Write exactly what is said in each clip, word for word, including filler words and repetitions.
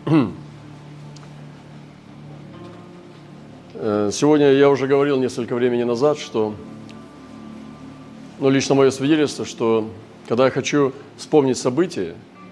Сегодня я уже говорил несколько времени назад, что, ну, лично мое свидетельство, что когда я хочу вспомнить события,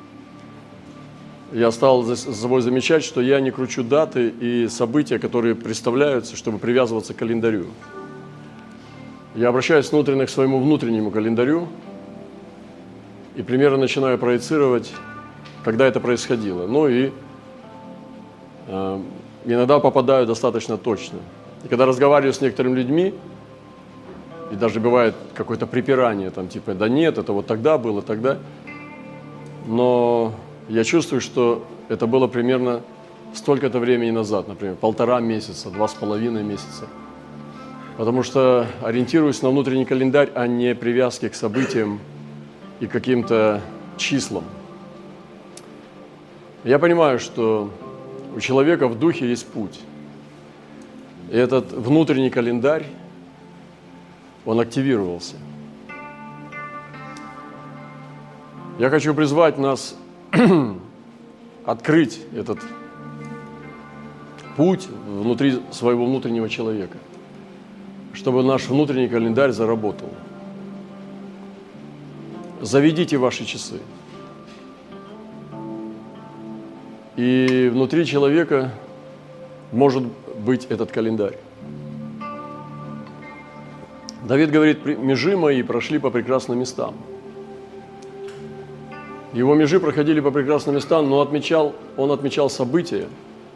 я стал за собой замечать, что я не кручу даты и события, которые представляются, чтобы привязываться к календарю. Я обращаюсь внутренне к своему внутреннему календарю и примерно начинаю проецировать, когда это происходило. Ну и э, иногда попадаю достаточно точно. И когда разговариваю с некоторыми людьми, и даже бывает какое-то припирание, там типа, да нет, это вот тогда было, тогда. Но я чувствую, что это было примерно столько-то времени назад, например, полтора месяца, два с половиной месяца. Потому что ориентируюсь на внутренний календарь, а не привязки к событиям и каким-то числам. Я понимаю, что у человека в духе есть путь. И этот внутренний календарь, он активировался. Я хочу призвать нас открыть этот путь внутри своего внутреннего человека, чтобы наш внутренний календарь заработал. Заведите ваши часы. И внутри человека может быть этот календарь. Давид говорит, межи мои прошли по прекрасным местам. Его межи проходили по прекрасным местам, но отмечал, он отмечал события,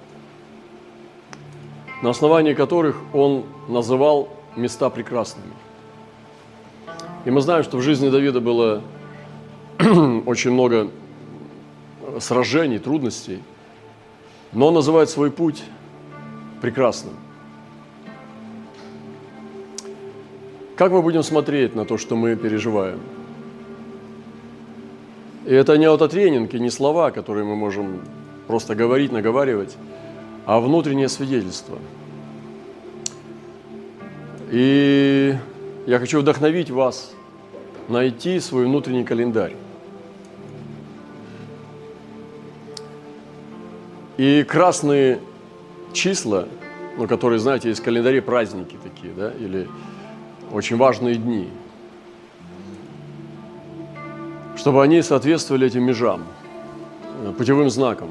на основании которых он называл места прекрасными. И мы знаем, что в жизни Давида было очень много сражений, трудностей, но он называет свой путь прекрасным. Как мы будем смотреть на то, что мы переживаем? И это не аутотренинг, и не слова, которые мы можем просто говорить, наговаривать, а внутреннее свидетельство. И я хочу вдохновить вас найти свой внутренний календарь. И красные числа, ну, которые, знаете, есть в календаре праздники такие, да, или очень важные дни, чтобы они соответствовали этим межам, путевым знакам.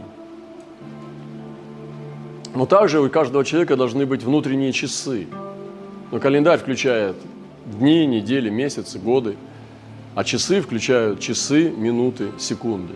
Но также у каждого человека должны быть внутренние часы. Но календарь включает дни, недели, месяцы, годы, а часы включают часы, минуты, секунды.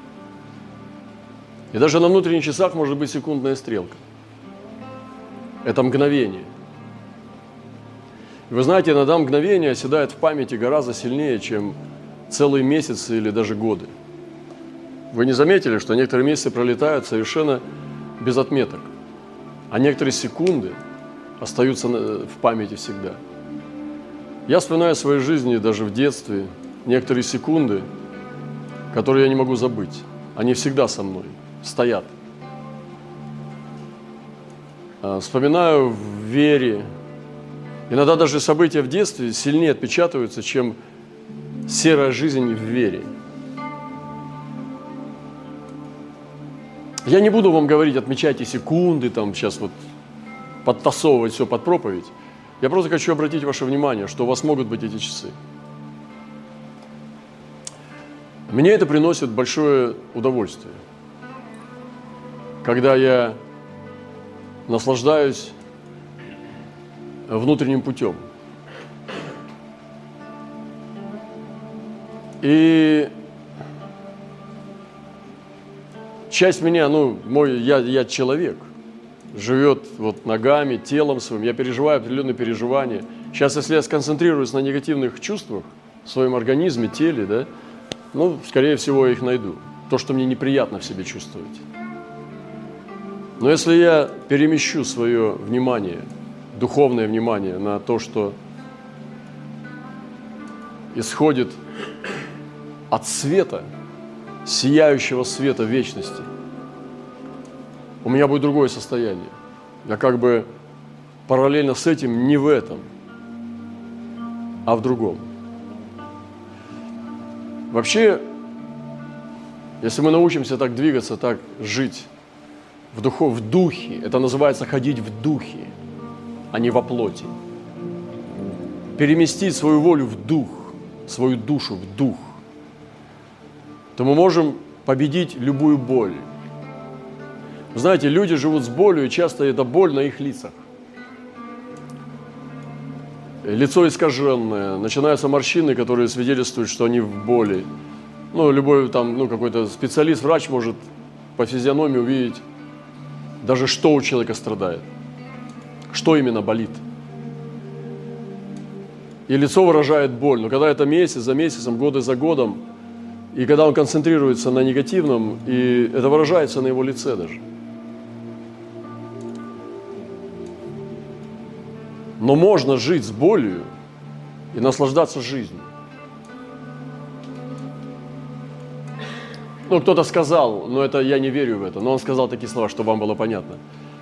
И даже на внутренних часах может быть секундная стрелка. Это мгновение. И вы знаете, иногда мгновение оседает в памяти гораздо сильнее, чем целые месяцы или даже годы. Вы не заметили, что некоторые месяцы пролетают совершенно без отметок, а некоторые секунды остаются в памяти всегда. Я вспоминаю в своей жизни, даже в детстве, некоторые секунды, которые я не могу забыть. Они всегда со мной стоят. Вспоминаю в вере. Иногда даже события в детстве сильнее отпечатываются, чем серая жизнь в вере. Я не буду вам говорить, отмечайте секунды, там сейчас вот подтасовывать все под проповедь. Я просто хочу обратить ваше внимание, что у вас могут быть эти часы. Мне это приносит большое удовольствие, когда я наслаждаюсь внутренним путем. И часть меня, ну, мой, я, я человек, живет вот ногами, телом своим, я переживаю определенные переживания. Сейчас, если я сконцентрируюсь на негативных чувствах в своем организме, теле, да, ну, скорее всего, я их найду. То, что мне неприятно в себе чувствовать. Но если я перемещу свое внимание, духовное внимание на то, что исходит от света, сияющего света вечности, у меня будет другое состояние. Я как бы параллельно с этим не в этом, а в другом. Вообще, если мы научимся так двигаться, так жить, в, духу, в духе. Это называется ходить в духе, а не во плоти. Переместить свою волю в дух, свою душу в дух. То мы можем победить любую боль. Вы знаете, люди живут с болью, и часто это боль на их лицах. Лицо искаженное, начинаются морщины, которые свидетельствуют, что они в боли. Ну, любой там, ну, какой-то специалист, врач может по физиономии увидеть даже, что у человека страдает, что именно болит. И лицо выражает боль. Но когда это месяц за месяцем, годы за годом, и когда он концентрируется на негативном, и это выражается на его лице даже. Но можно жить с болью и наслаждаться жизнью. Ну, кто-то сказал, но это я не верю в это, но он сказал такие слова, чтобы вам было понятно,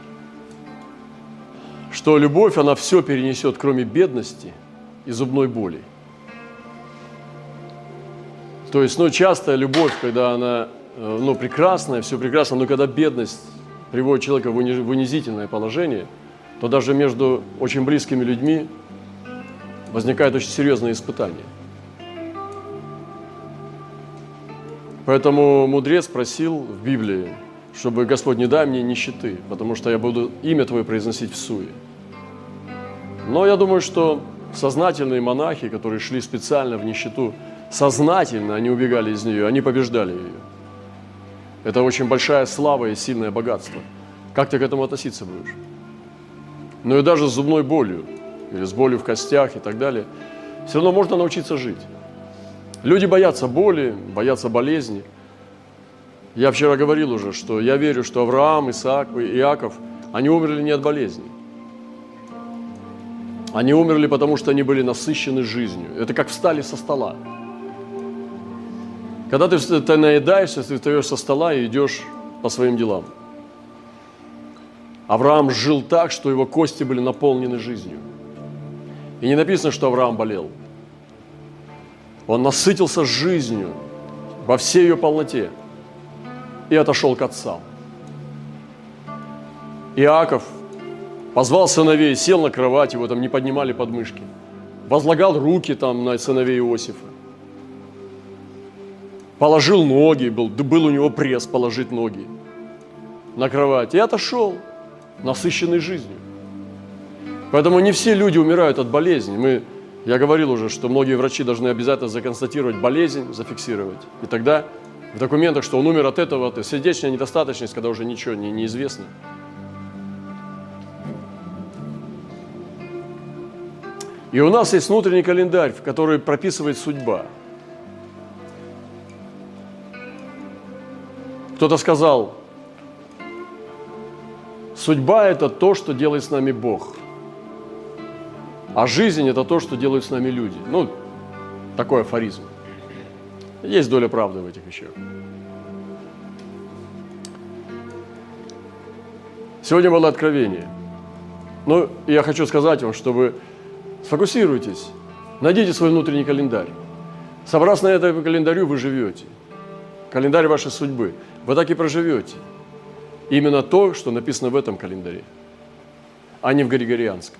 что любовь, она все перенесет, кроме бедности и зубной боли. То есть, ну, часто любовь, когда она, ну, прекрасная, все прекрасно, но когда бедность приводит человека в унизительное положение, то даже между очень близкими людьми возникает очень серьезное испытание. Поэтому мудрец просил в Библии, чтобы Господь не дай мне нищеты, потому что я буду имя Твое произносить в суе. Но я думаю, что сознательные монахи, которые шли специально в нищету, сознательно они убегали из нее, они побеждали ее. Это очень большая слава и сильное богатство. Как ты к этому относиться будешь? Но и даже с зубной болью, или с болью в костях и так далее, все равно можно научиться жить. Люди боятся боли, боятся болезни. Я вчера говорил уже, что я верю, что Авраам, Исаак и Иаков, они умерли не от болезней. Они умерли, потому что они были насыщены жизнью. Это как встали со стола. Когда ты, ты наедаешься, ты встаешь со стола и идешь по своим делам. Авраам жил так, что его кости были наполнены жизнью. И не написано, что Авраам болел. Он насытился жизнью во всей ее полноте и отошел к отцам. Иаков позвал сыновей, сел на кровать, его там не поднимали подмышки, возлагал руки там на сыновей Иосифа, положил ноги, был, был у него пресс положить ноги на кровать и отошел, насыщенный жизнью. Поэтому не все люди умирают от болезни. Мы, я говорил уже, что многие врачи должны обязательно законстатировать болезнь, зафиксировать. И тогда в документах, что он умер от этого, от сердечная недостаточность, когда уже ничего не, неизвестно. И у нас есть внутренний календарь, в который прописывает судьба. Кто-то сказал, судьба – это то, что делает с нами Бог, а жизнь – это то, что делают с нами люди. Ну, такой афоризм. Есть доля правды в этих вещах. Сегодня было откровение. Но я хочу сказать вам, что вы сфокусируйтесь, найдите свой внутренний календарь. Согласно этому календарю вы живете. Календарь вашей судьбы. Вы так и проживете. Именно то, что написано в этом календаре, а не в Григорианском.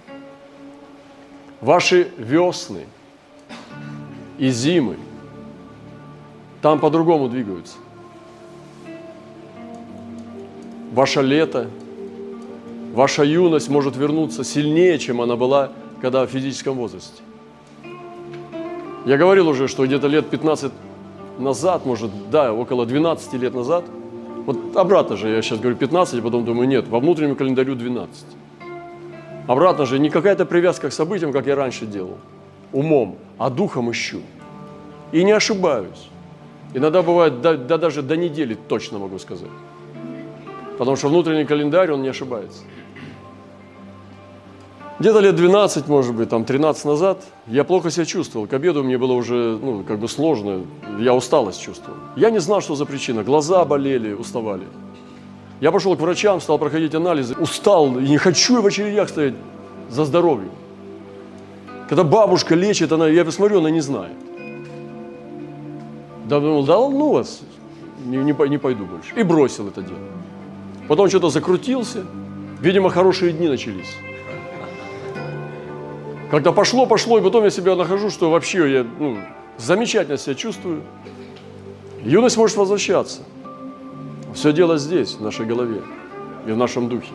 Ваши весны и зимы там по-другому двигаются. Ваше лето, ваша юность может вернуться сильнее, чем она была, когда в физическом возрасте. Я говорил уже, что где-то лет пятнадцать назад, может, да, около двенадцати лет назад, вот обратно же, я сейчас говорю пятнадцать, а потом думаю, нет, во внутреннем календарю двенадцать. Обратно же, не какая-то привязка к событиям, как я раньше делал, умом, а духом ищу. И не ошибаюсь. Иногда бывает, да, да даже до недели точно могу сказать. Потому что внутренний календарь, он не ошибается. Где-то лет двенадцать, может быть, там тринадцать назад, я плохо себя чувствовал. К обеду мне было уже, ну, как бы сложно, я усталость чувствовал. Я не знал, что за причина. Глаза болели, уставали. Я пошел к врачам, стал проходить анализы, устал, и не хочу я в очередях стоять за здоровьем. Когда бабушка лечит, она, я посмотрю, она не знает. Да, думал, да ну вас, не, не, не пойду больше. И бросил это дело. потом что-то закрутился, видимо, хорошие дни начались. Когда пошло, пошло, и потом я себя нахожу, что вообще я ну, замечательно себя чувствую. Юность может возвращаться. Все дело здесь, в нашей голове и в нашем духе.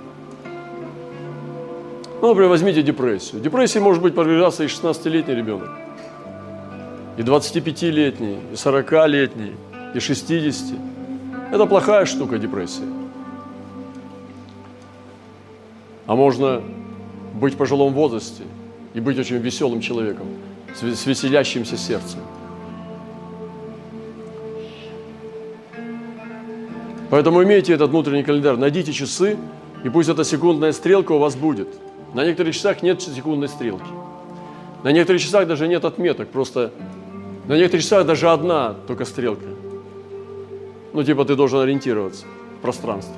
Ну, например, возьмите депрессию. Депрессия может быть подвергаться и шестнадцатилетний ребенок, и двадцатипятилетний, и сорокалетний, и шестидесяти. Это плохая штука, депрессия. А можно быть в пожилом возрасте и быть очень веселым человеком, с веселящимся сердцем. Поэтому имейте этот внутренний календарь, найдите часы, и пусть эта секундная стрелка у вас будет. На некоторых часах нет секундной стрелки. На некоторых часах даже нет отметок, просто на некоторых часах даже одна только стрелка. Ну, типа ты должен ориентироваться в пространстве.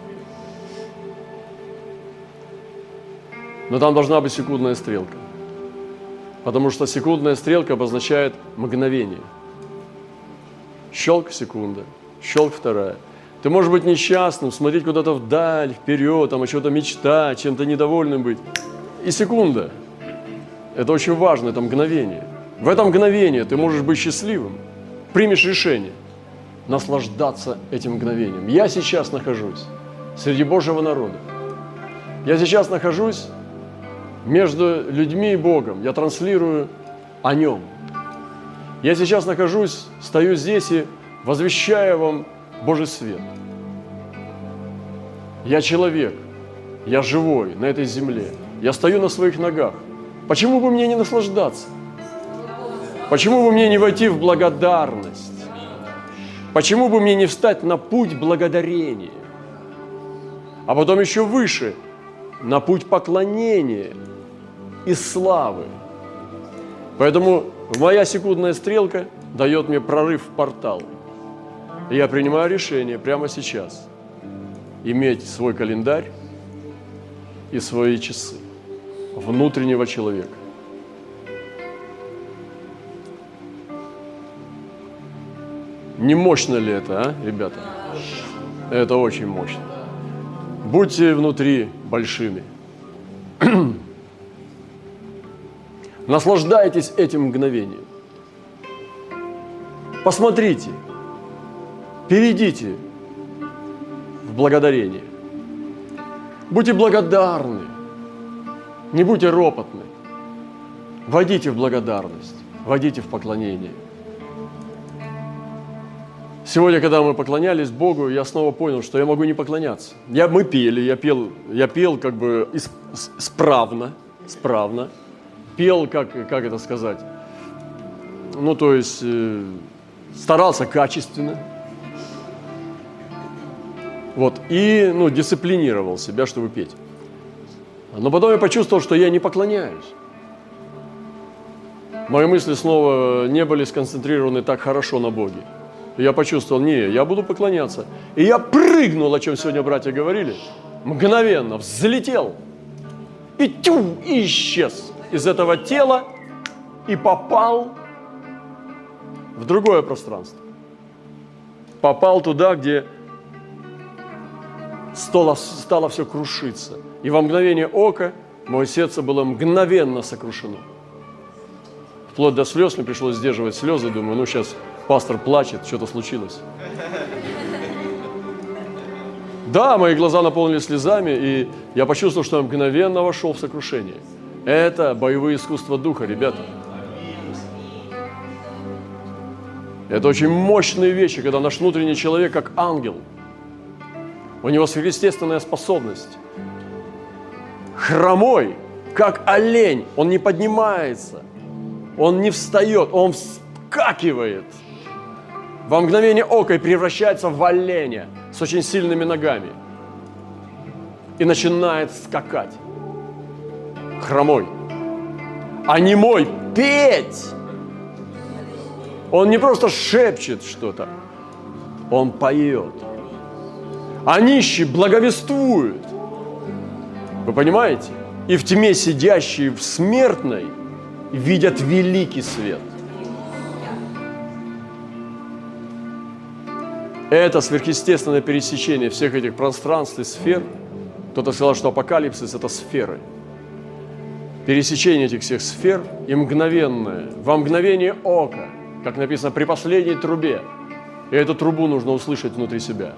Но там должна быть секундная стрелка. Потому что секундная стрелка обозначает мгновение. Щелк, секунда. Щелк, вторая. Ты можешь быть несчастным, смотреть куда-то вдаль, вперед, там, о чем-то мечтать, чем-то недовольным быть. И секунда. Это очень важно, это мгновение. В это мгновение ты можешь быть счастливым. Примешь решение наслаждаться этим мгновением. Я сейчас нахожусь среди Божьего народа. Я сейчас нахожусь между людьми и Богом. Я транслирую о Нем. Я сейчас нахожусь, стою здесь и возвещаю вам Божий свет. Я человек, я живой на этой земле. Я стою на своих ногах. Почему бы мне не наслаждаться? Почему бы мне не войти в благодарность? Почему бы мне не встать на путь благодарения? А потом еще выше, на путь поклонения и славы. Поэтому моя секундная стрелка дает мне прорыв в портал. И я принимаю решение прямо сейчас иметь свой календарь и свои часы внутреннего человека. Не мощно ли это, а, ребята? Это очень мощно. Будьте внутри большими. Наслаждайтесь этим мгновением. Посмотрите, перейдите в благодарение. Будьте благодарны, не будьте ропотны. Войдите в благодарность, войдите в поклонение. Сегодня, когда мы поклонялись Богу, я снова понял, что я могу не поклоняться. Я, мы пели, я пел, я пел как бы исправно, справно. Пел, как, как это сказать, ну, то есть, э, старался качественно. Вот, и, ну, дисциплинировал себя, чтобы петь. Но потом я почувствовал, что я не поклоняюсь. Мои мысли снова не были сконцентрированы так хорошо на Боге. И я почувствовал, не, я буду поклоняться. И я прыгнул, о чем сегодня братья говорили, мгновенно взлетел и тю, и исчез из этого тела и попал в другое пространство. Попал туда, где стало, стало все крушиться. И во мгновение ока мое сердце было мгновенно сокрушено. Вплоть до слез мне пришлось сдерживать слезы. Думаю, ну сейчас пастор плачет, что-то случилось. Да, мои глаза наполнились слезами, и я почувствовал, что я мгновенно вошел в сокрушение. Это боевые искусства духа, ребята. Это очень мощные вещи, когда наш внутренний человек как ангел. У него сверхъестественная способность. Хромой, как олень, он не поднимается, он не встает, он вскакивает. Во мгновение ока и превращается в оленя с очень сильными ногами. И начинает скакать. Хромой. А немой петь. Он не просто шепчет что-то, он поет. А нищий благовествует. Вы понимаете? И в тьме сидящие в смертной видят великий свет. Это сверхъестественное пересечение всех этих пространств и сфер. Кто-то сказал, что апокалипсис – это сферы. Пересечение этих всех сфер и мгновенное, во мгновение ока, как написано, при последней трубе. И эту трубу нужно услышать внутри себя.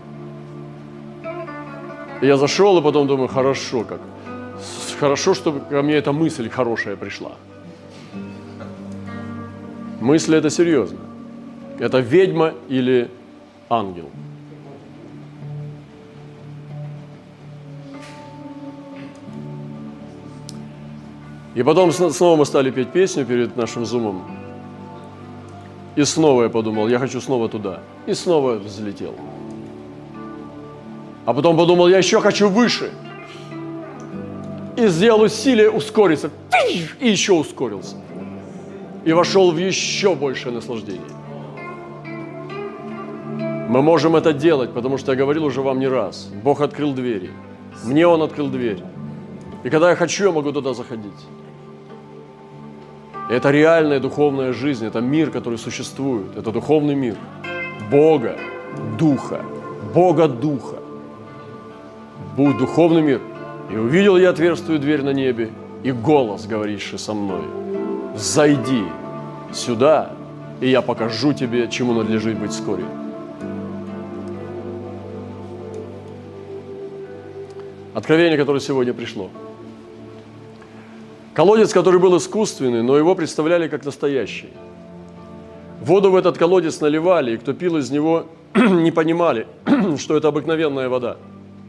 И я зашел и потом думаю, хорошо как. Хорошо, чтобы ко мне эта мысль хорошая пришла. Мысль – это серьезно. Это ведьма или ангел. И потом снова мы стали петь песню перед нашим зумом. И снова я подумал, я хочу снова туда. И снова взлетел. А потом подумал, я еще хочу выше. И сделал усилие ускориться. И еще ускорился. И вошел в еще большее наслаждение. Мы можем это делать, потому что я говорил уже вам не раз. Бог открыл двери. Мне Он открыл дверь. И когда я хочу, я могу туда заходить. Это реальная духовная жизнь, это мир, который существует. Это духовный мир. Бога, Духа, Бога Духа. Будет духовный мир. И увидел я отверстую дверь на небе, и голос, говоривший со мной: «Зайди сюда, и я покажу тебе, чему надлежит быть вскоре». Откровение, которое сегодня пришло. Колодец, который был искусственный, но его представляли как настоящий. Воду в этот колодец наливали, и кто пил из него, не понимали, что это обыкновенная вода.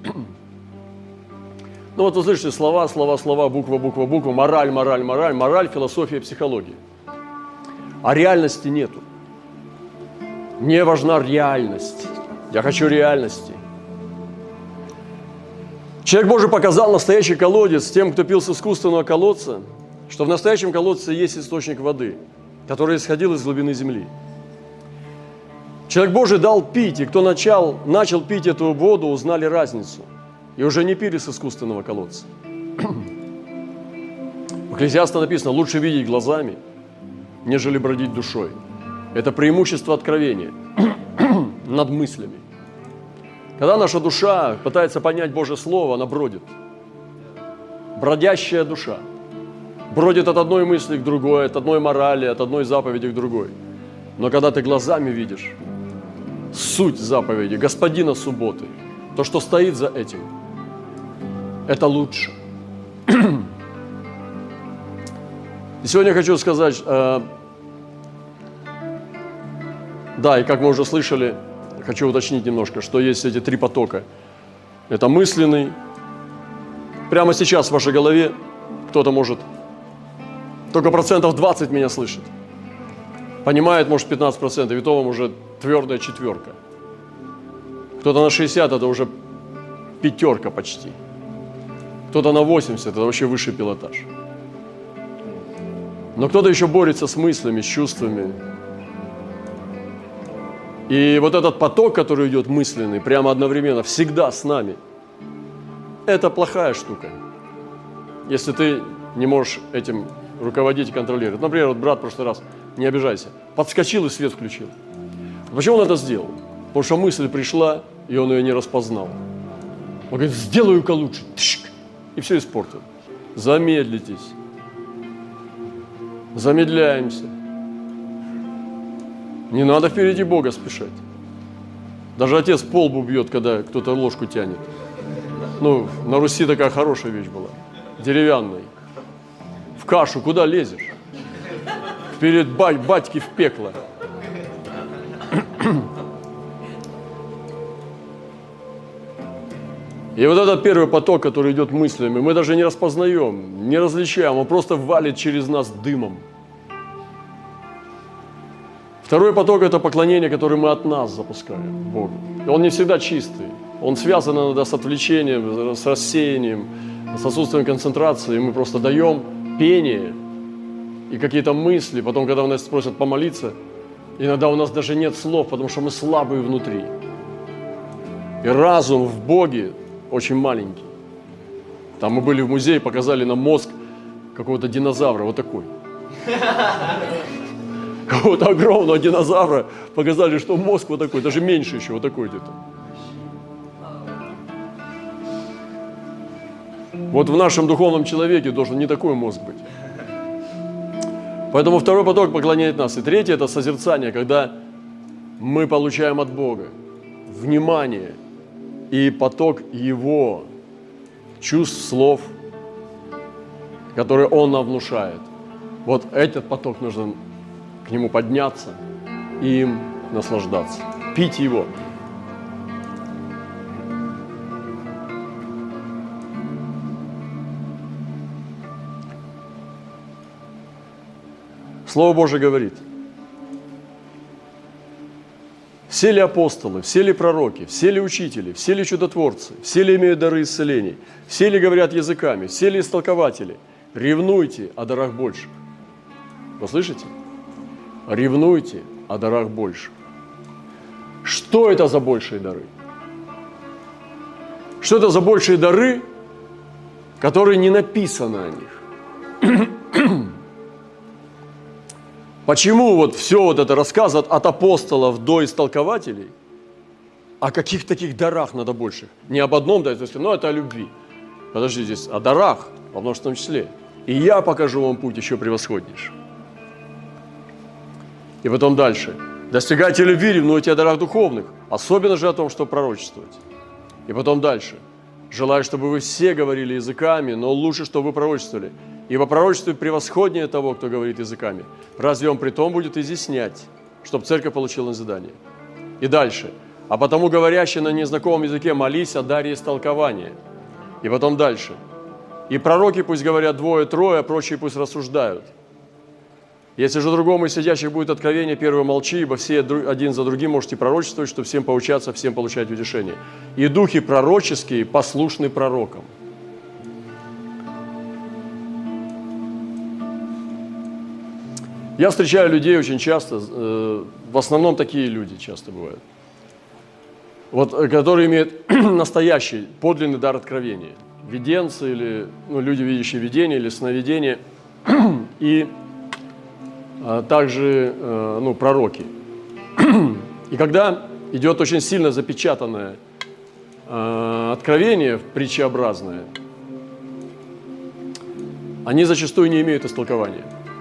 Ну вот вы слышите слова, слова, слова, буква, буква, буква, мораль, мораль, мораль, мораль, философия, психология. А реальности нету. Мне важна реальность. Я хочу реальности. Человек Божий показал настоящий колодец тем, кто пил с искусственного колодца, что в настоящем колодце есть источник воды, который исходил из глубины земли. Человек Божий дал пить, и кто начал, начал пить эту воду, узнали разницу. И уже не пили с искусственного колодца. В Экклесиасте написано: лучше видеть глазами, нежели бродить душой. Это преимущество откровения над мыслями. Когда наша душа пытается понять Божье Слово, она бродит. Бродящая душа. Бродит от одной мысли к другой, от одной морали, от одной заповеди к другой. Но когда ты глазами видишь суть заповеди, Господина субботы, то, что стоит за этим, это лучше. И сегодня я хочу сказать, э, да, и как мы уже слышали, хочу уточнить немножко, что есть эти три потока. Это мысленный. Прямо сейчас в вашей голове кто-то может только процентов двадцать меня слышит. Понимает, может, пятнадцать процентов, и то вам уже твердая четверка. Кто-то на шестьдесят, это уже пятерка почти. Кто-то на восемьдесят, это вообще высший пилотаж. Но кто-то еще борется с мыслями, с чувствами. И вот этот поток, который идет мысленный, прямо одновременно, всегда с нами, это плохая штука, если ты не можешь этим руководить и контролировать. Например, вот брат в прошлый раз, не обижайся, подскочил и свет включил. Почему он это сделал? Потому что мысль пришла, и он ее не распознал. Он говорит: сделаю-ка лучше. И все испортил. Замедлитесь. Замедляемся. Не надо впереди Бога спешать. Даже отец по лбу бьет, когда кто-то ложку тянет. Ну, на Руси такая хорошая вещь была. Деревянная. В кашу куда лезешь? Вперед бать, батьки в пекло. И вот этот первый поток, который идет мыслями, мы даже не распознаем, не различаем, он просто валит через нас дымом. Второй поток – это поклонение, которое мы от нас запускаем Богу. И он не всегда чистый. Он связан иногда с отвлечением, с рассеянием, с отсутствием концентрации. И мы просто даем пение и какие-то мысли. Потом, когда у нас просят помолиться, иногда у нас даже нет слов, потому что мы слабые внутри. И разум в Боге очень маленький. Там мы были в музее, показали нам мозг какого-то динозавра, вот такой. какого-то огромного динозавра, показали, что мозг вот такой, даже меньше еще, вот такой где-то. Вот в нашем духовном человеке должен не такой мозг быть. Поэтому второй поток поклоняет нас. И третий – это созерцание, когда мы получаем от Бога внимание и поток Его чувств, слов, которые Он нам внушает. Вот этот поток нужно к нему подняться и им наслаждаться, пить его. Слово Божие говорит: все ли апостолы, все ли пророки, все ли учители, все ли чудотворцы, все ли имеют дары исцелений, все ли говорят языками, все ли истолкователи, ревнуйте о дарах больших. Вы слышите? Ревнуйте о дарах больших. Что это за большие дары? Что это за большие дары, которые не написано о них? Почему вот все вот это рассказывает от апостолов до истолкователей? О каких таких дарах надо больше? Не об одном, да, но это о любви. Подожди, здесь о дарах, во множественном числе. И я покажу вам путь еще превосходнейший. И потом дальше. Достигайте любви, ревнуйте о дарах духовных, особенно же о том, что пророчествовать. И потом дальше. Желаю, чтобы вы все говорили языками, но лучше, чтобы вы пророчествовали. Ибо пророчество превосходнее того, кто говорит языками. Разве он при том будет изъяснять, чтобы церковь получила назидание? И дальше. А потому говорящий на незнакомом языке молись о даре истолкования. И потом дальше. И пророки пусть говорят двое-трое, а прочие пусть рассуждают. Если же другому из сидящих будет откровение, первый молчи, ибо все один за другим можете пророчествовать, чтобы всем поучаться, всем получать утешение. И духи пророческие послушны пророкам. Я встречаю людей очень часто, в основном такие люди часто бывают, вот, которые имеют настоящий, подлинный дар откровения. Виденцы или ну, люди, видящие видение или сновидение, и а, также а, ну, пророки. И когда идет очень сильно запечатанное а, откровение, притчеобразное, они зачастую не имеют истолкования.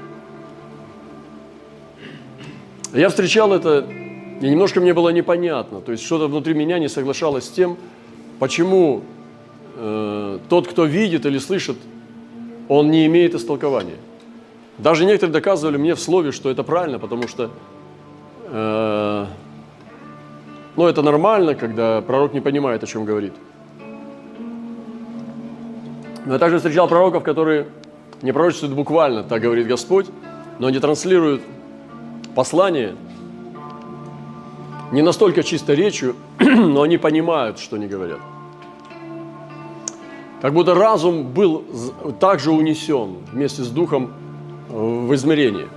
Я встречал это, и немножко мне было непонятно, то есть что-то внутри меня не соглашалось с тем, почему э, тот, кто видит или слышит, он не имеет истолкования. Даже некоторые доказывали мне в слове, что это правильно, потому что э, ну, это нормально, когда пророк не понимает, о чем говорит. Но я также встречал пророков, которые не пророчествуют буквально, так говорит Господь, но они транслируют послание не настолько чисто речью, но они понимают, что они говорят. Как будто разум был также унесен вместе с духом в измерение.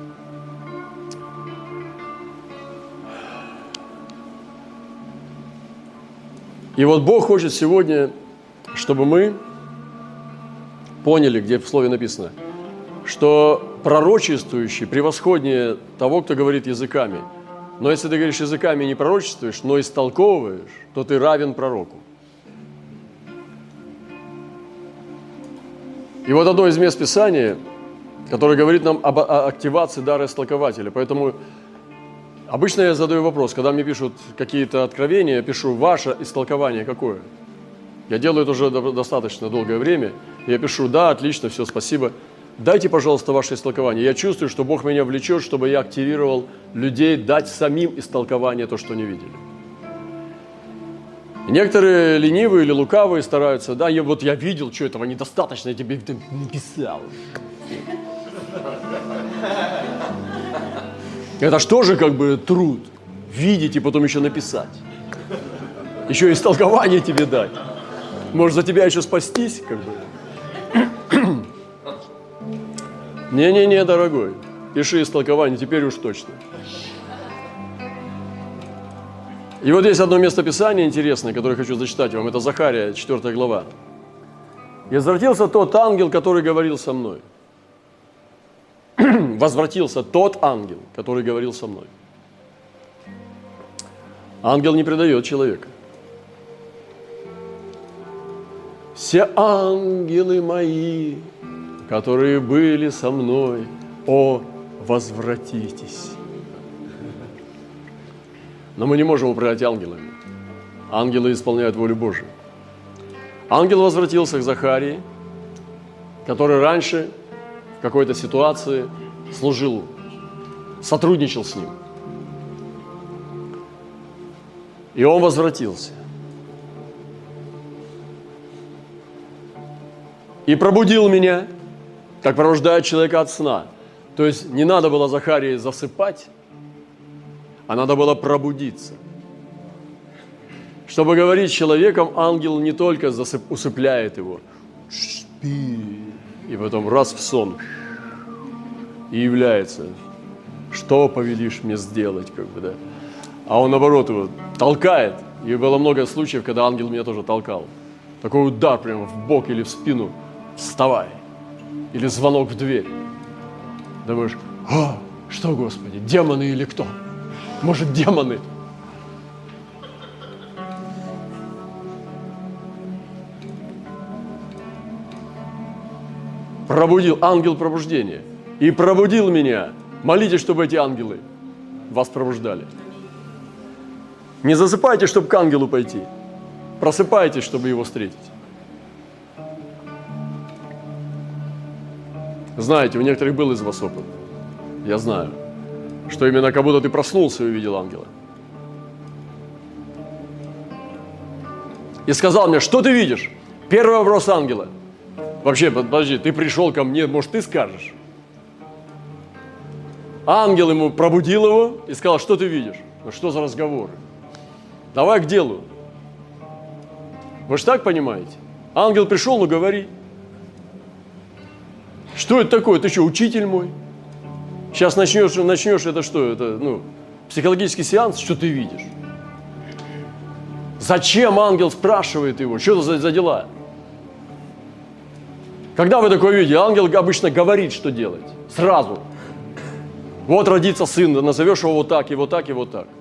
И вот Бог хочет сегодня, чтобы мы поняли, где в слове написано, что пророчествующий превосходнее того, кто говорит языками. Но если ты говоришь языками и не пророчествуешь, но истолковываешь, то ты равен пророку. И вот одно из мест Писания, которое говорит нам об активации дара истолкователя. Поэтому обычно я задаю вопрос, когда мне пишут какие-то откровения, я пишу: ваше истолкование какое? Я делаю это уже достаточно долгое время. Я пишу: да, отлично, все, спасибо. Дайте, пожалуйста, ваше истолкование. Я чувствую, что Бог меня влечет, чтобы я активировал людей дать самим истолкование то, что не видели. И некоторые ленивые или лукавые стараются: да, я, вот я видел, что этого недостаточно, я тебе это написал. Это ж тоже как бы труд. Видеть и потом еще написать. Еще истолкование тебе дать. Может, за тебя еще спастись, как бы. Не-не-не, дорогой, пиши истолкование, теперь уж точно. И вот есть одно место Писания интересное, которое хочу зачитать вам. Это Захария, четвёртая глава. «И возвратился тот ангел, который говорил со мной. возвратился тот ангел, который говорил со мной. Ангел не предает человека. Все ангелы мои, которые были со мной, о, возвратитесь. Но мы не можем управлять ангелами. Ангелы исполняют волю Божию. Ангел возвратился к Захарии, который раньше в какой-то ситуации служил, сотрудничал с ним. И он возвратился. И пробудил меня, как пробуждает человека от сна. То есть не надо было Захарии засыпать, а надо было пробудиться. Чтобы говорить с человеком, ангел не только засып, усыпляет его, спи, и потом раз в сон, и является, что повелишь мне сделать, как бы, да. А он, наоборот, его толкает. И было много случаев, когда ангел меня тоже толкал. Такой удар прямо в бок или в спину. Вставай. Или звонок в дверь. Думаешь, а, что, Господи, демоны или кто? Может, демоны? Пробудил, ангел пробуждения. И пробудил меня. Молитесь, чтобы эти ангелы вас пробуждали. Не засыпайте, чтобы к ангелу пойти. Просыпайтесь, чтобы его встретить. Знаете, у некоторых был из вас опыт. Я знаю, что именно как будто ты проснулся и увидел ангела. И сказал мне, что ты видишь? Первый вопрос ангела. Вообще, подожди, ты пришел ко мне, может, ты скажешь? Ангел ему пробудил его и сказал, что ты видишь? Ну что за разговоры? Давай к делу. Вы же так понимаете? Ангел пришел, ну говори. Что это такое? Ты что, учитель мой? Сейчас начнешь, начнешь это что? Это, ну, психологический сеанс, что ты видишь? Зачем ангел спрашивает его? Что это за, за дела? Когда вы такое видите? Ангел обычно говорит, что делать. Сразу. Вот родится сын, назовешь его вот так, и вот так, и вот так.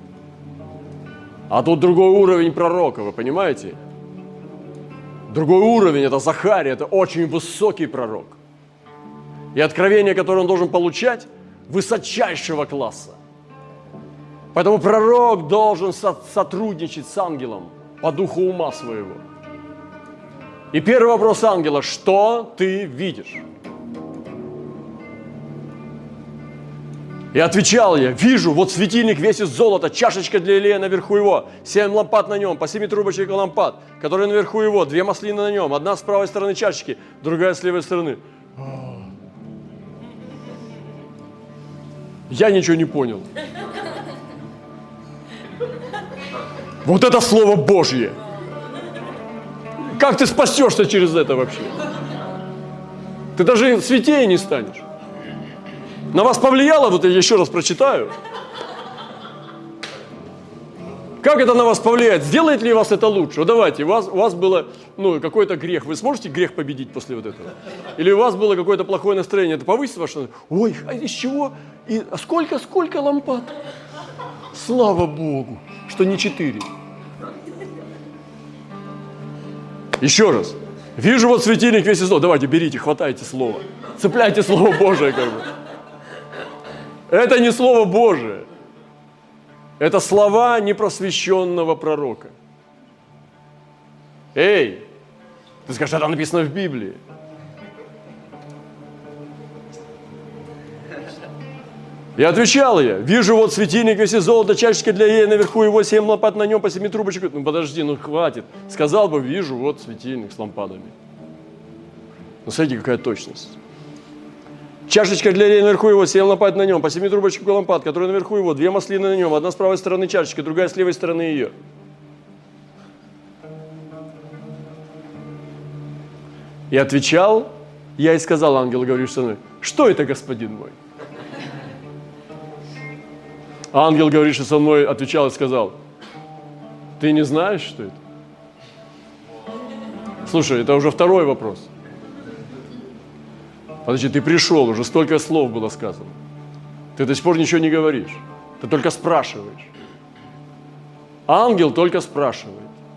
А тут другой уровень пророка, вы понимаете? Другой уровень, это Захария, это очень высокий пророк. И откровение, которое он должен получать, высочайшего класса. Поэтому пророк должен со- сотрудничать с ангелом по духу ума своего. И первый вопрос ангела, что ты видишь? И отвечал я, вижу, вот светильник весь из золота, чашечка для елея наверху его, семь лампад на нем, по семи трубочек лампад, которые наверху его, две маслины на нем, одна с правой стороны чашечки, другая с левой стороны. Я ничего не понял. Вот это Слово Божье. Как ты спасешься через это вообще? Ты даже святее не станешь. На вас повлияло, вот я еще раз прочитаю. Как это на вас повлияет? Сделает ли вас это лучше? Вот давайте, у вас, у вас было ну, какой-то грех. Вы сможете грех победить после вот этого? Или у вас было какое-то плохое настроение? Это повысит ваше настроение? Ой, а из чего? И, а сколько, сколько лампад? Слава Богу, что не четыре. Еще раз. Вижу вот светильник весь из золота. Давайте, берите, хватайте слово. Цепляйте Слово Божие как бы. Это не Слово Божие. Это слова непросвещенного пророка. Эй, ты скажешь, это написано в Библии. И отвечал я, вижу вот светильник весь из золота, чашечка для елея наверху его, семь лампад на нем, по семи трубочек. Ну подожди, ну хватит. Сказал бы, вижу вот светильник с лампадами. Ну смотрите, какая точность. Чашечка для елея наверху его, семь лампад на нем, по семи трубочек лампад, которые наверху его, две маслины на нем, одна с правой стороны чашечки, другая с левой стороны ее. И отвечал, я и сказал ангелу, говоришь со мной, что это, господин мой? Ангел, говоришь со мной, отвечал и сказал, ты не знаешь, что это? Слушай, это уже второй вопрос. Подожди, ты пришел, уже столько слов было сказано. Ты до сих пор ничего не говоришь. Ты только спрашиваешь. Ангел только спрашивает.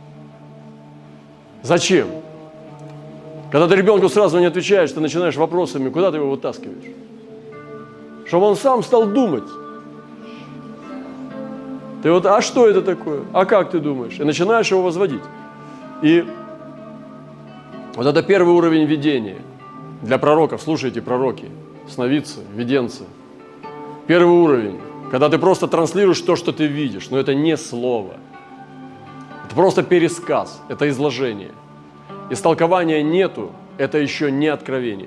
Зачем? Когда ты ребенку сразу не отвечаешь, ты начинаешь вопросами, куда ты его вытаскиваешь? Чтобы он сам стал думать. Ты вот, а что это такое? А как ты думаешь? И начинаешь его возводить. И вот это первый уровень видения. Для пророков, слушайте, пророки, сновидцы, виденцы. Первый уровень, когда ты просто транслируешь то, что ты видишь, но это не слово. Это просто пересказ, это изложение. Истолкования нету, это еще не откровение.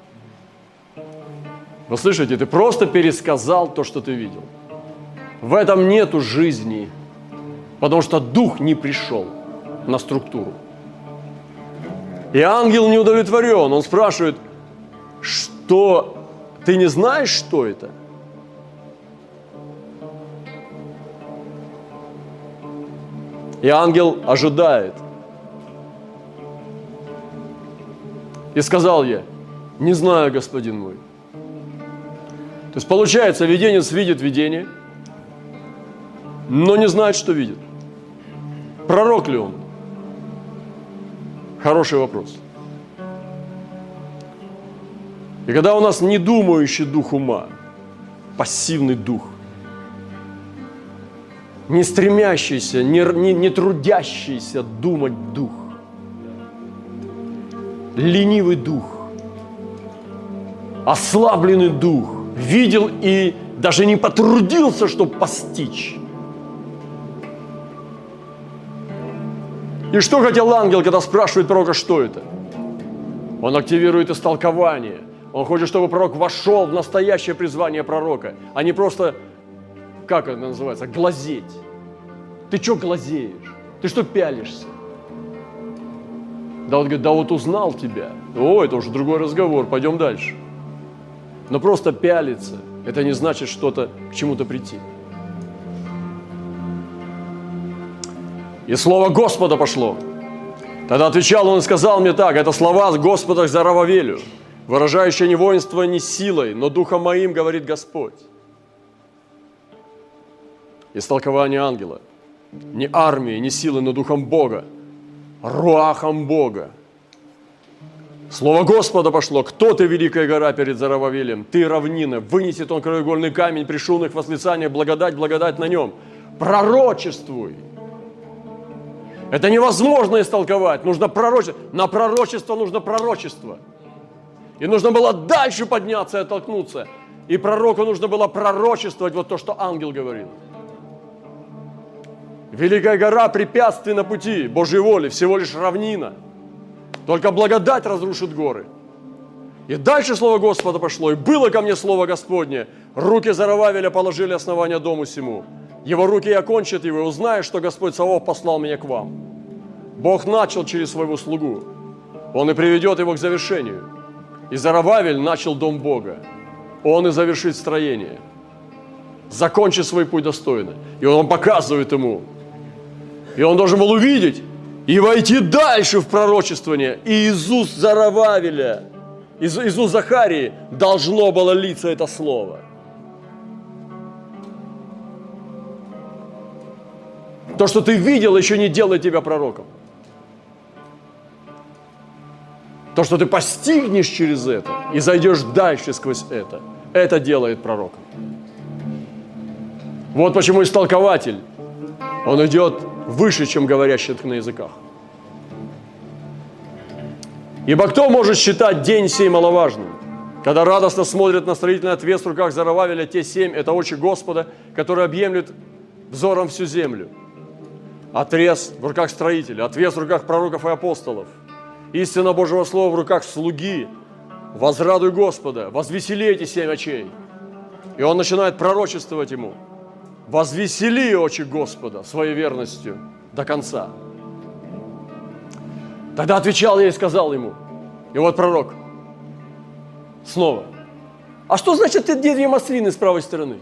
Вы слышите, ты просто пересказал то, что ты видел. В этом нету жизни, потому что дух не пришел на структуру. И ангел не удовлетворен, он спрашивает, что ты не знаешь, что это? И ангел ожидает. И сказал я, не знаю, господин мой. То есть получается, виденец видит видение, но не знает, что видит. Пророк ли он? Хороший вопрос. И когда у нас не думающий дух ума, пассивный дух, не стремящийся, не, не, не трудящийся думать дух, ленивый дух, ослабленный дух, видел и даже не потрудился, чтобы постичь. И что хотел ангел, когда спрашивает пророка, что это? Он активирует истолкование. Он хочет, чтобы пророк вошел в настоящее призвание пророка, а не просто, как это называется, глазеть. Ты что глазеешь? Ты что пялишься? Да он говорит, да вот узнал тебя. О, это уже другой разговор, пойдем дальше. Но просто пялиться, это не значит что-то к чему-то прийти. И слово Господа пошло. Тогда отвечал он и сказал мне так, это слова Господа к Зарававелю, выражающие не воинство, не силой, но духом моим, говорит Господь. Истолкование ангела. Не армией, не силой, но духом Бога. Руахом Бога. Слово Господа пошло. Кто ты, великая гора перед Зарававелем? Ты равнина. Вынесет он краеугольный камень при шумных восклицаниях, благодать, благодать на нем. Пророчествуй. Это невозможно истолковать. Нужно пророчество. На пророчество нужно пророчество. И нужно было дальше подняться и оттолкнуться. И пророку нужно было пророчествовать вот то, что ангел говорил. Великая гора – препятствие на пути Божьей воли, всего лишь равнина. Только благодать разрушит горы. И дальше слово Господа пошло. И было ко мне слово Господне. Руки Зарававеля положили основания дому сему. Его руки и окончат его, и узнаешь, что Господь Саваоф послал меня к вам. Бог начал через своего слугу. Он и приведет его к завершению. И Зарававель начал дом Бога. Он и завершит строение. Закончит свой путь достойно. И он показывает ему. И он должен был увидеть и войти дальше в пророчествование. И из уст Зарававеля, из, из уст Захарии должно было литься это слово. То, что ты видел, еще не делает тебя пророком. То, что ты постигнешь через это и зайдешь дальше сквозь это, это делает пророком. Вот почему истолкователь, он идет выше, чем говорящий на языках. Ибо кто может считать день сей маловажным, когда радостно смотрят на строительный отвес в руках Зарававеля, те семь – это очи Господа, который объемлет взором всю землю. Отрез в руках строителя, отвес в руках пророков и апостолов. Истина Божьего Слова в руках слуги. Возрадуй Господа, возвесели эти семь очей. И он начинает пророчествовать ему. Возвесели очи Господа своей верностью до конца. Тогда отвечал я и сказал ему. И вот пророк. Снова. А что значит ты две маслины с правой стороны?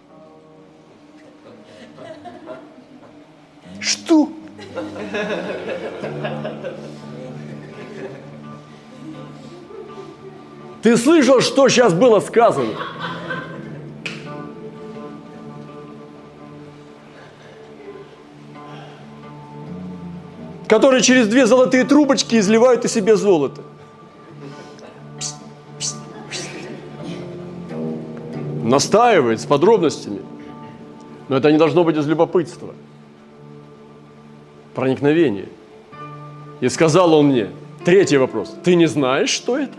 Что? Ты слышал, что сейчас было сказано? Которые через две золотые трубочки изливают из себя золото. Настаивает с подробностями. Но это не должно быть из любопытства. Проникновение. И сказал он мне, третий вопрос, ты не знаешь, что это?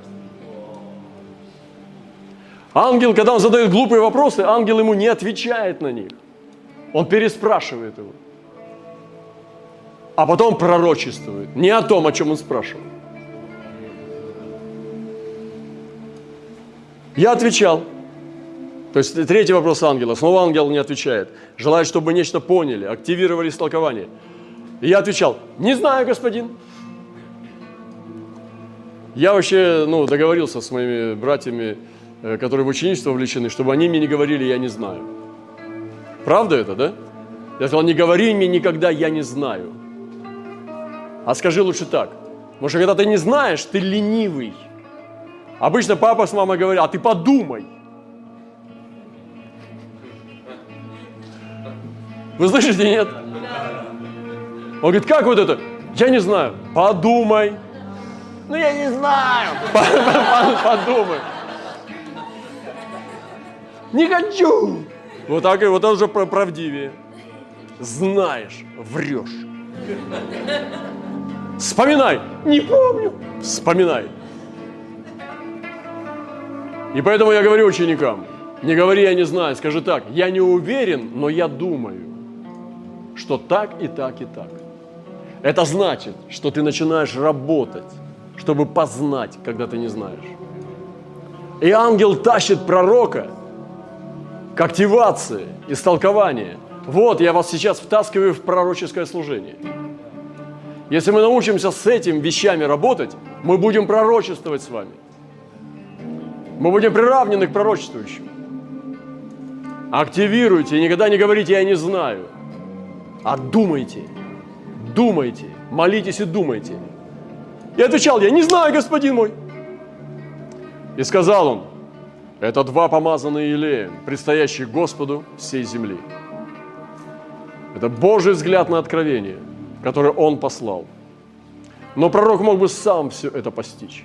Ангел, когда он задает глупые вопросы, ангел ему не отвечает на них. Он переспрашивает его. А потом пророчествует. Не о том, о чем он спрашивал. Я отвечал. То есть третий вопрос ангела. Снова ангел не отвечает. Желает, чтобы мы нечто поняли, активировали истолкование. И я отвечал, не знаю, господин. Я вообще ну, договорился с моими братьями, которые в ученичество вовлечены, чтобы они мне не говорили, я не знаю. Правда это, да? Я сказал, не говори мне никогда, я не знаю. А скажи лучше так. Потому что когда ты не знаешь, ты ленивый. Обычно папа с мамой говорят, а ты подумай. Вы слышите, нет? Он говорит, как вот это? Я не знаю. Подумай. Ну, я не знаю. Подумай. Не хочу. Вот так и вот это уже правдивее. Знаешь, врешь. Вспоминай. Не помню. Вспоминай. И поэтому я говорю ученикам, не говори, я не знаю, скажи так, я не уверен, но я думаю, что так и так и так. Это значит, что ты начинаешь работать, чтобы познать, когда ты не знаешь. И ангел тащит пророка к активации, истолкованию. Вот, я вас сейчас втаскиваю в пророческое служение. Если мы научимся с этими вещами работать, мы будем пророчествовать с вами. Мы будем приравнены к пророчествующим. Активируйте и никогда не говорите «я не знаю», а думайте, думайте, молитесь и думайте. И отвечал я «не знаю, господин мой». И сказал он, это два помазанные Елеем, предстоящие Господу всей земли. Это Божий взгляд на откровение, который Он послал. Но пророк мог бы сам все это постичь.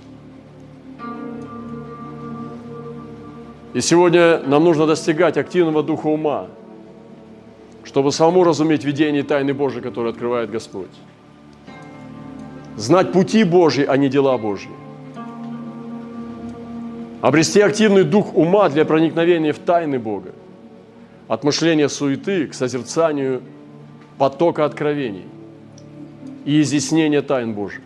И сегодня нам нужно достигать активного духа ума, чтобы самому разуметь видение и тайны Божьи, которые открывает Господь. Знать пути Божьи, а не дела Божьи. Обрести активный дух ума для проникновения в тайны Бога. От мышления суеты к созерцанию потока откровений и изъяснения тайн Божьих.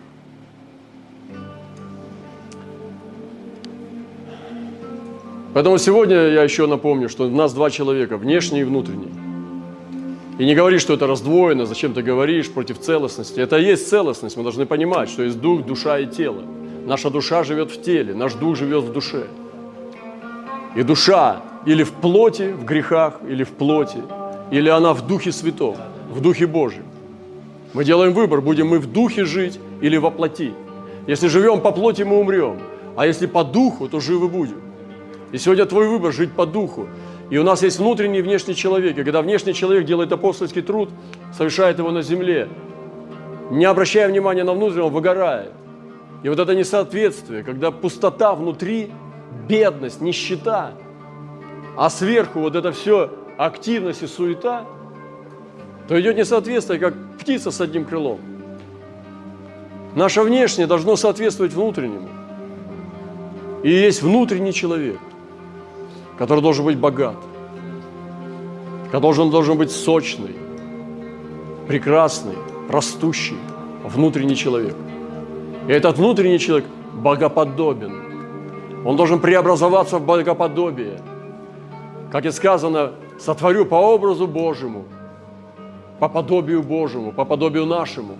Поэтому сегодня я еще напомню, что у нас два человека, внешний и внутренний. И не говори, что это раздвоено, зачем ты говоришь против целостности. Это и есть целостность, мы должны понимать, что есть дух, душа и тело. Наша душа живет в теле, наш дух живет в душе. И душа или в плоти, в грехах, или в плоти, или она в Духе Святом, в Духе Божьем. Мы делаем выбор, будем мы в Духе жить или во плоти. Если живем по плоти, мы умрем, а если по Духу, то живы будем. И сегодня твой выбор – жить по Духу. И у нас есть внутренний и внешний человек. И когда внешний человек делает апостольский труд, совершает его на земле, не обращая внимания на внутреннего, он выгорает. И вот это несоответствие, когда пустота внутри, бедность, нищета, а сверху вот это все активность и суета, то идет несоответствие, как птица с одним крылом. Наше внешнее должно соответствовать внутреннему. И есть внутренний человек, который должен быть богат, который должен быть сочный, прекрасный, растущий, внутренний человек. И этот внутренний человек богоподобен. Он должен преобразоваться в богоподобие. Как и сказано, сотворю по образу Божьему, по подобию Божьему, по подобию нашему.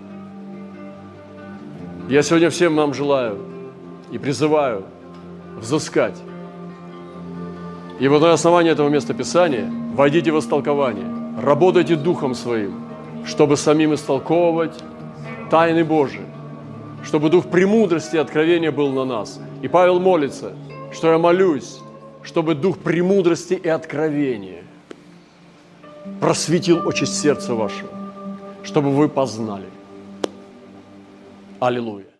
Я сегодня всем нам желаю и призываю взыскать. И вот на основании этого места Писания войдите в истолкование, работайте духом своим, чтобы самим истолковывать тайны Божии, чтобы дух премудрости и откровения был на нас. И Павел молится, что я молюсь, чтобы дух премудрости и откровения просветил очи сердца вашего, чтобы вы познали. Аллилуйя.